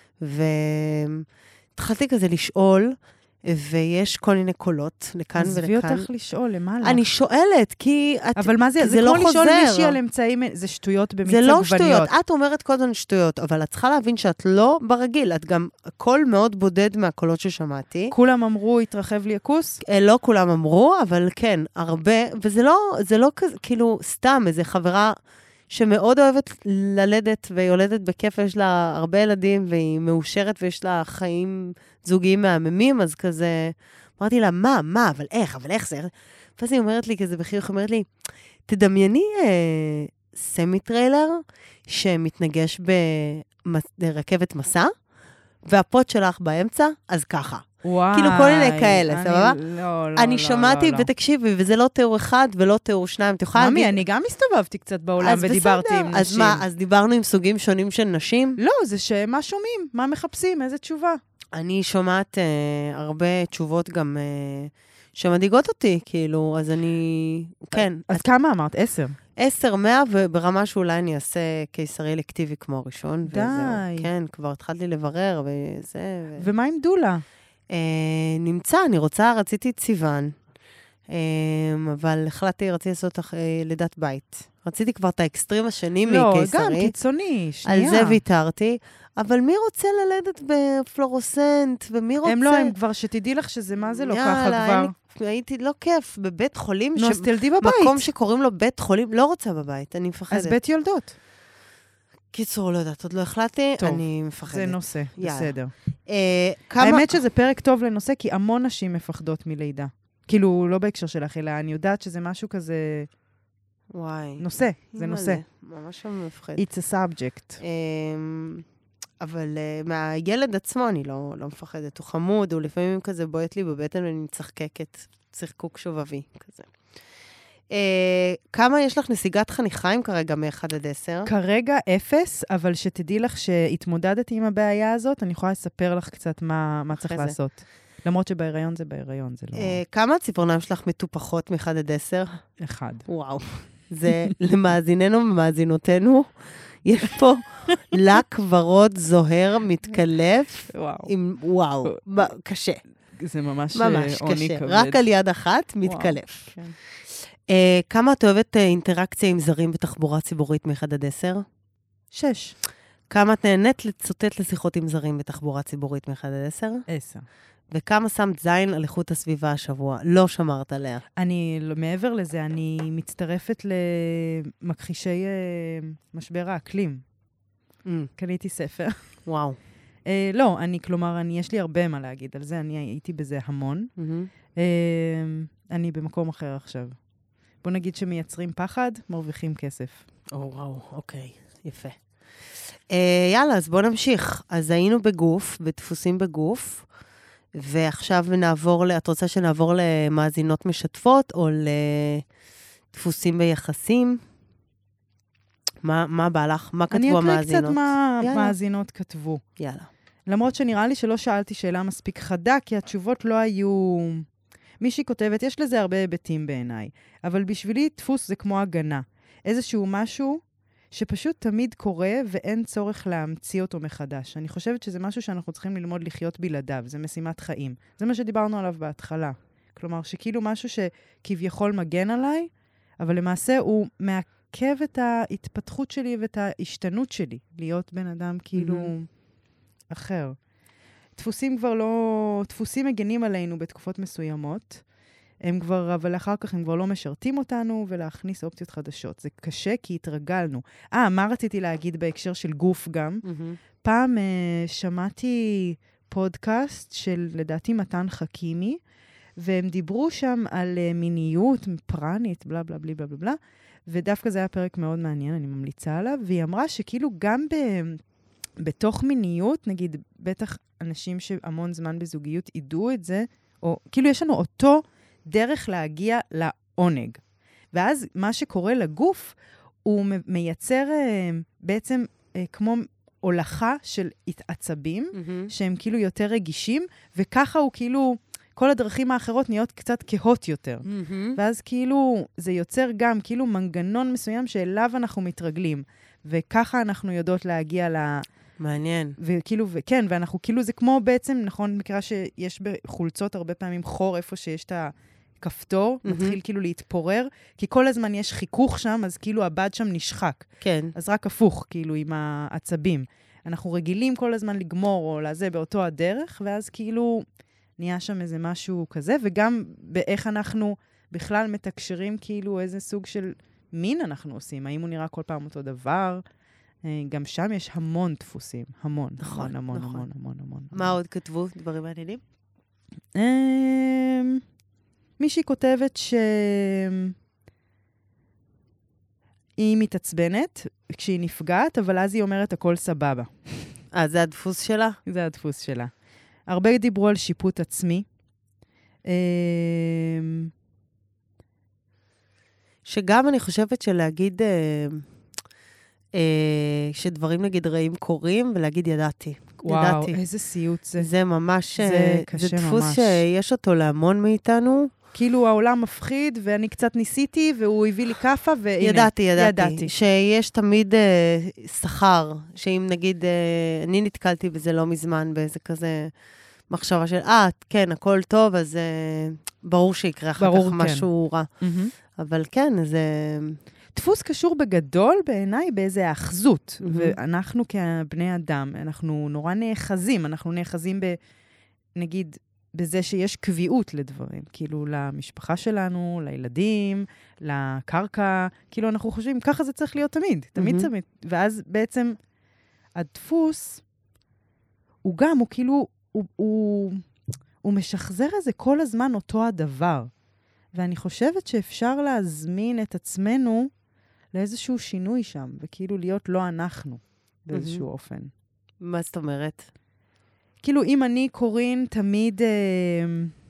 והתחלתי כזה לשאול, ויש כל מיני קולות, לכאן ולכאן. עזבי אותך לשאול, למה לך? אני שואלת, כי את, אבל מה זה? זה, זה לא כמו חוזר. לשאול מישהי על אמצעים, זה שטויות במיץ זה לא עגבניות. שטויות, את אומרת כל הזמן שטויות, אבל את צריכה להבין שאת לא ברגיל, את גם קול מאוד בודד מהקולות ששמעתי. כולם אמרו, התרחב לי הכוס? לא כולם אמרו, אבל כן, הרבה, וזה לא, זה לא כזה, כאילו, סתם, איזו חברה שמאוד אוהבת ללדת, והיא יולדת בכיף, יש לה הרבה ילדים, והיא מאושרת, ויש לה חיים זוגיים מהממים, אז כזה, אמרתי לה, מה, מה, אבל איך, אבל איך זה? ואז היא אומרת לי כזה בחיוך, היא אומרת לי, תדמייני אה, סמי טריילר, שמתנגש ברכבת מסע, והפוט שלך באמצע, אז ככה. וואי. כאילו כל מיני כאלה, אני, סבבה? לא, לא, אני לא, שמעתי, לא, לא. ותקשיבי, וזה לא תיאור אחד ולא תיאור שניים. את יכולה ממי, להגיד... אני גם הסתובבתי קצת בעולם ודיברתי עם נשים. אז מה, אז דיברנו עם סוגים שונים של נשים? לא, זה שמה שומעים, מה מחפשים, איזה תשובה. אני שומעת אה, הרבה תשובות גם אה, שמדאיגות אותי, כאילו, אז אני... כן. אז כמה אמרת? עשר. עשר, מאה, וברמה שאולי אני אעשה קיסרי אלקטיבי כמו הראשון. די. וזהו. כן, כבר התחלתי לברר, וזה... ו... ומה עם דולה? אה, נמצא, אני רוצה, רציתי ציוון, אה, אבל החלטתי, רציתי לעשות אה, לידת בית. רציתי כבר את האקסטרים השני לא, מקיסרי. גם קיצוני, שנייה. על זה ויתרתי, אבל מי רוצה ללדת בפלורוסנט, ומי רוצה... הם לא, הם כבר, שתדעי לך שזה מה זה לא ככה כבר. לי, הייתי לא כיף, בבית חולים. נו, אז תלדי בבית. מקום שקוראים לו בית חולים, לא רוצה בבית, אני מפחדת. אז בית יולדות. קיצור, לא יודעת, עוד לא החלטתי, טוב, אני מפחדת. זה נושא, יאללה. בסדר. אה, כמה... האמת שזה פרק טוב לנושא, כי המון נשים מפחדות מלידה. כאילו, לא בהקשר שלך, אלא אני יודעת שזה משהו כזה... וואי. נושא, זה מלא, נושא. ממש מפחד. It's a subject. אבל uh, מהילד עצמו אני לא, לא מפחדת. הוא חמוד, הוא לפעמים כזה בועט לי בבטן ואני מצחקקת. צחקוק שובבי כזה. Uh, כמה יש לך נסיגת חניכיים כרגע מ-אחד עד עשר? כרגע אפס, אבל שתדעי לך שהתמודדתי עם הבעיה הזאת, אני יכולה לספר לך קצת מה, מה צריך זה. לעשות. למרות שבהיריון זה בהיריון, זה לא... Uh, כמה הציפורניים שלך מטופחות מ-אחד עד עשר? אחד. וואו. זה למאזיננו ומאזינותינו. יש פה לק ורוד זוהר מתקלף. וואו. עם, וואו, קשה. זה ממש, ממש עוני קשה. כבד. רק על יד אחת מתקלף. כן. Uh, כמה את אוהבת uh, אינטראקציה עם זרים בתחבורה ציבורית מ-אחד עד עשר? שש. כמה את נהנית לצוטט לשיחות עם זרים בתחבורה ציבורית מ-אחד עד עשר? עשר. וכמה שמת זין על איכות הסביבה השבוע? לא שמרת עליה. אני, מעבר לזה, אני מצטרפת למכחישי uh, משבר האקלים. Mm. קניתי ספר. וואו. Uh, לא, אני, כלומר, אני, יש לי הרבה מה להגיד על זה, אני הייתי בזה המון. Mm-hmm. Uh, אני במקום אחר עכשיו. בוא נגיד שמייצרים פחד, מרוויחים כסף. או, וואו, אוקיי, יפה. Uh, יאללה, אז בוא נמשיך. אז היינו בגוף, בדפוסים בגוף, ועכשיו נעבור, את רוצה שנעבור למאזינות משתפות, או לדפוסים ביחסים? מה, מה בא לך? מה כתבו המאזינות? אני אקריא קצת מה המאזינות כתבו. יאללה. למרות שנראה לי שלא שאלתי שאלה מספיק חדה, כי התשובות לא היו... מישהי כותבת, יש לזה הרבה היבטים בעיניי, אבל בשבילי דפוס זה כמו הגנה. איזשהו משהו שפשוט תמיד קורה ואין צורך להמציא אותו מחדש. אני חושבת שזה משהו שאנחנו צריכים ללמוד לחיות בלעדיו, זה משימת חיים. זה מה שדיברנו עליו בהתחלה. כלומר, שכאילו משהו שכביכול מגן עליי, אבל למעשה הוא מעכב את ההתפתחות שלי ואת ההשתנות שלי, להיות בן אדם כאילו mm-hmm. אחר. דפוסים כבר לא, דפוסים מגנים עלינו בתקופות מסוימות, הם כבר, אבל אחר כך הם כבר לא משרתים אותנו, ולהכניס אופציות חדשות. זה קשה כי התרגלנו. אה, מה רציתי להגיד בהקשר של גוף גם? Mm-hmm. פעם uh, שמעתי פודקאסט של, לדעתי, מתן חכימי, והם דיברו שם על uh, מיניות, פרנית, בלה בלה בלה בלה בלה, ודווקא זה היה פרק מאוד מעניין, אני ממליצה עליו, והיא אמרה שכאילו גם ב... בתוך מיניות, נגיד, בטח אנשים שהמון זמן בזוגיות ידעו את זה, או כאילו יש לנו אותו דרך להגיע לעונג. ואז מה שקורה לגוף, הוא מייצר בעצם כמו הולכה של עצבים, שהם כאילו יותר רגישים, וככה הוא כאילו, כל הדרכים האחרות נהיות קצת כהות יותר. ואז כאילו, זה יוצר גם כאילו מנגנון מסוים שאליו אנחנו מתרגלים, וככה אנחנו יודעות להגיע ל... מעניין. וכאילו, וכן, ואנחנו כאילו, זה כמו בעצם, נכון, מקרה שיש בחולצות הרבה פעמים חור, איפה שיש את הכפתור, mm-hmm. מתחיל כאילו להתפורר, כי כל הזמן יש חיכוך שם, אז כאילו הבד שם נשחק. כן. אז רק הפוך, כאילו, עם העצבים. אנחנו רגילים כל הזמן לגמור, או לזה באותו הדרך, ואז כאילו נהיה שם איזה משהו כזה, וגם באיך אנחנו בכלל מתקשרים, כאילו, איזה סוג של מין אנחנו עושים. האם הוא נראה כל פעם אותו דבר? גם שם יש המון דפוסים, המון, נכון, המון, נכון. המון, המון, המון. מה עוד כתבו? דברים מעניינים? מישהי כותבת שהיא מתעצבנת כשהיא נפגעת, אבל אז היא אומרת הכל סבבה. אה, זה הדפוס שלה? זה הדפוס שלה. הרבה דיברו על שיפוט עצמי. שגם אני חושבת שלהגיד... שדברים נגיד רעים קורים, ולהגיד ידעתי. וואו, ידעתי. איזה סיוט זה. זה ממש, זה קשה זה דפוס ממש. שיש אותו להמון מאיתנו. כאילו העולם מפחיד, ואני קצת ניסיתי, והוא הביא לי כפה, והנה. ידעתי, ידעתי. ידעתי. שיש תמיד אה, שכר, שאם נגיד, אה, אני נתקלתי בזה לא מזמן, באיזה כזה מחשבה של, אה, כן, הכל טוב, אז אה, ברור שיקרה אחר ברור, כך כן. משהו רע. Mm-hmm. אבל כן, זה... דפוס קשור בגדול בעיניי באיזה האחזות, Mm-hmm. ואנחנו כבני אדם, אנחנו נורא נאחזים, אנחנו נאחזים ב, נגיד, בזה שיש קביעות לדברים, כאילו למשפחה שלנו, לילדים, לקרקע, כאילו אנחנו חושבים, ככה זה צריך להיות תמיד, תמיד Mm-hmm. תמיד, ואז בעצם הדפוס, הוא גם, הוא כאילו, הוא, הוא, הוא משחזר איזה כל הזמן אותו הדבר, ואני חושבת שאפשר להזמין את עצמנו לאיזשהו שינוי שם, וכאילו להיות לא אנחנו, באיזשהו mm-hmm. אופן. מה זאת אומרת? כאילו, אם אני, קורין, תמיד... אה,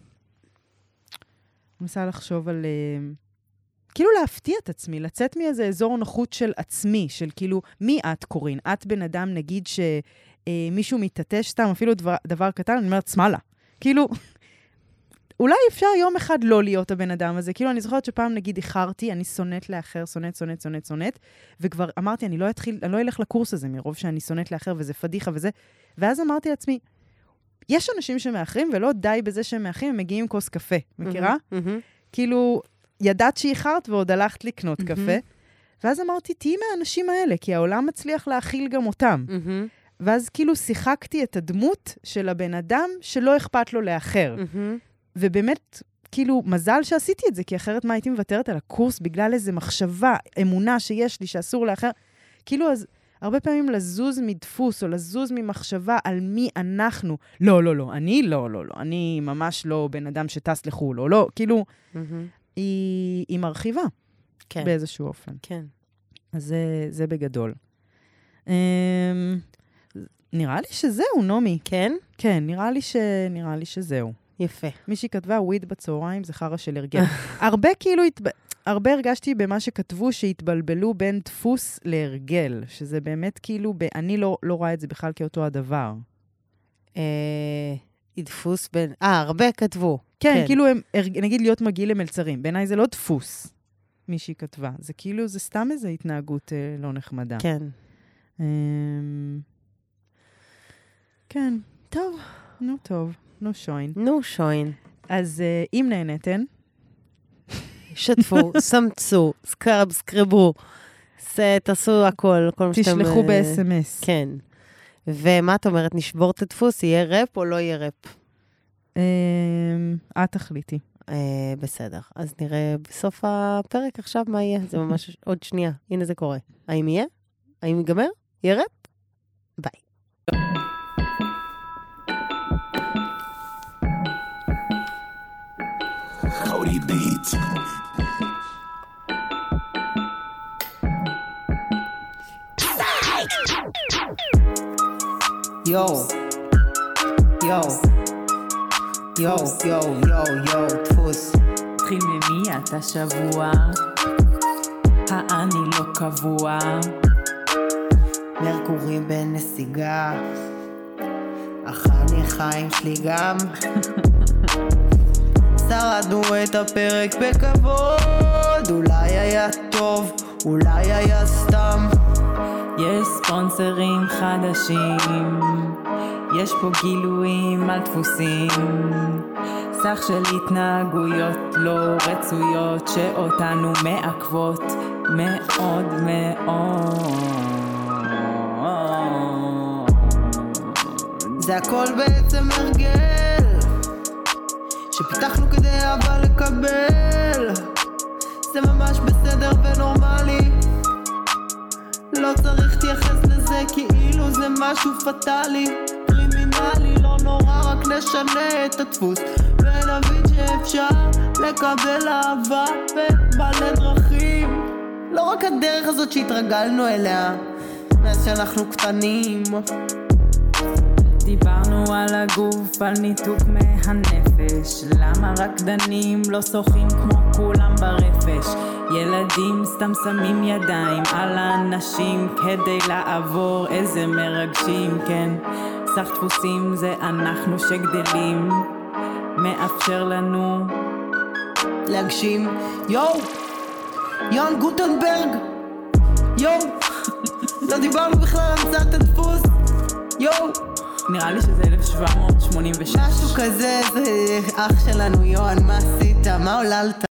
מנסה לחשוב על... אה, כאילו להפתיע את עצמי, לצאת מאיזה אזור נוחות של עצמי, של כאילו, מי את, קורין? את בן אדם, נגיד שמישהו אה, מתעטש סתם, אפילו דבר, דבר קטן, אני אומרת, שמאלה. כאילו... אולי אפשר יום אחד לא להיות הבן אדם הזה. כאילו, אני זוכרת שפעם, נגיד, איחרתי, אני שונאת לאחר, שונאת, שונאת, שונאת, שונאת, וכבר אמרתי, אני לא אתחיל, אני לא אלך לקורס הזה, מרוב שאני שונאת לאחר, וזה פדיחה וזה. ואז אמרתי לעצמי, יש אנשים שמאחרים, ולא די בזה שהם מאחרים, הם מגיעים עם כוס קפה. מכירה? כאילו, ידעת שאיחרת, ועוד הלכת לקנות קפה. ואז אמרתי, תהי מהאנשים האלה, כי העולם מצליח להכיל גם אותם. ואז כאילו שיחקתי את הדמות של הבן אדם שלא אכפת לו לאחר. ובאמת, כאילו, מזל שעשיתי את זה, כי אחרת מה הייתי מוותרת על הקורס בגלל איזו מחשבה, אמונה שיש לי שאסור לאחר. כאילו, אז הרבה פעמים לזוז מדפוס או לזוז ממחשבה על מי אנחנו. לא, לא, לא, אני לא, לא, לא. אני ממש לא בן אדם שטס לחול, או לא. כאילו, mm-hmm. היא, היא מרחיבה. כן. באיזשהו אופן. כן. אז זה, זה בגדול. Um, נראה לי שזהו, נומי. כן? כן, נראה לי, ש... נראה לי שזהו. יפה. מישהי כתבה, וויד בצהריים, זה חרא של הרגל. הרבה כאילו, התב... הרבה הרגשתי במה שכתבו שהתבלבלו בין דפוס להרגל, שזה באמת כאילו, ב... אני לא, לא רואה את זה בכלל כאותו הדבר. אה, דפוס בין... אה, הרבה כתבו. כן, כן. כאילו, הם, נגיד להיות מגעיל למלצרים. בעיניי זה לא דפוס, מישהי כתבה. זה כאילו, זה סתם איזו התנהגות אה, לא נחמדה. כן. אה, כן. טוב. נו, טוב. נו שוין. נו שוין. אז uh, אם נהנתן, שתפו, סמצו, סקרב, סקרבו, תעשו הכל, כל מה שאתם... תשלחו ב-אס אם אס. כן. ומה את אומרת, נשבור את הדפוס, יהיה רפ או לא יהיה רפ? את תחליטי. בסדר. אז נראה בסוף הפרק עכשיו מה יהיה. זה ממש עוד שנייה. הנה זה קורה. האם יהיה? האם ייגמר? יהיה רפ? ביי. Cody Beats. Yo, yo, yo, yo, yo, yo, דפוס. התחיל ממי אתה שבוע, האני לא קבוע, מרקורי בנסיגה, החני חיים שלי גם. שרדנו את הפרק בכבוד, אולי היה טוב, אולי היה סתם. יש ספונסרים חדשים, יש פה גילויים על דפוסים, סך של התנהגויות לא רצויות שאותנו מעכבות מאוד מאוד. זה הכל בעצם הרגל שפיתחנו כדי אהבה לקבל, זה ממש בסדר ונורמלי, לא צריך תייחס לזה כאילו זה משהו פטלי, קרימינלי, לא נורא, רק נשנה את הדפוס ונבין שאפשר לקבל אהבה במלא דרכים, לא רק הדרך הזאת שהתרגלנו אליה מאז שאנחנו קטנים. דיברנו על הגוף, על ניתוק מהנפש, למה רקדנים לא שוחים כמו כולם ברפש, ילדים סתם שמים ידיים על האנשים כדי לעבור, איזה מרגשים, כן, סך דפוסים זה אנחנו שגדלים, מאפשר לנו להגשים. יואו, יון גוטנברג, יואו, לא דיברנו בכלל על המצאת הדפוס, יואו, נראה לי שזה אלף שבע מאות שמונים ושש משהו כזה, זה אח שלנו יואן, מה עשית? מה עוללת?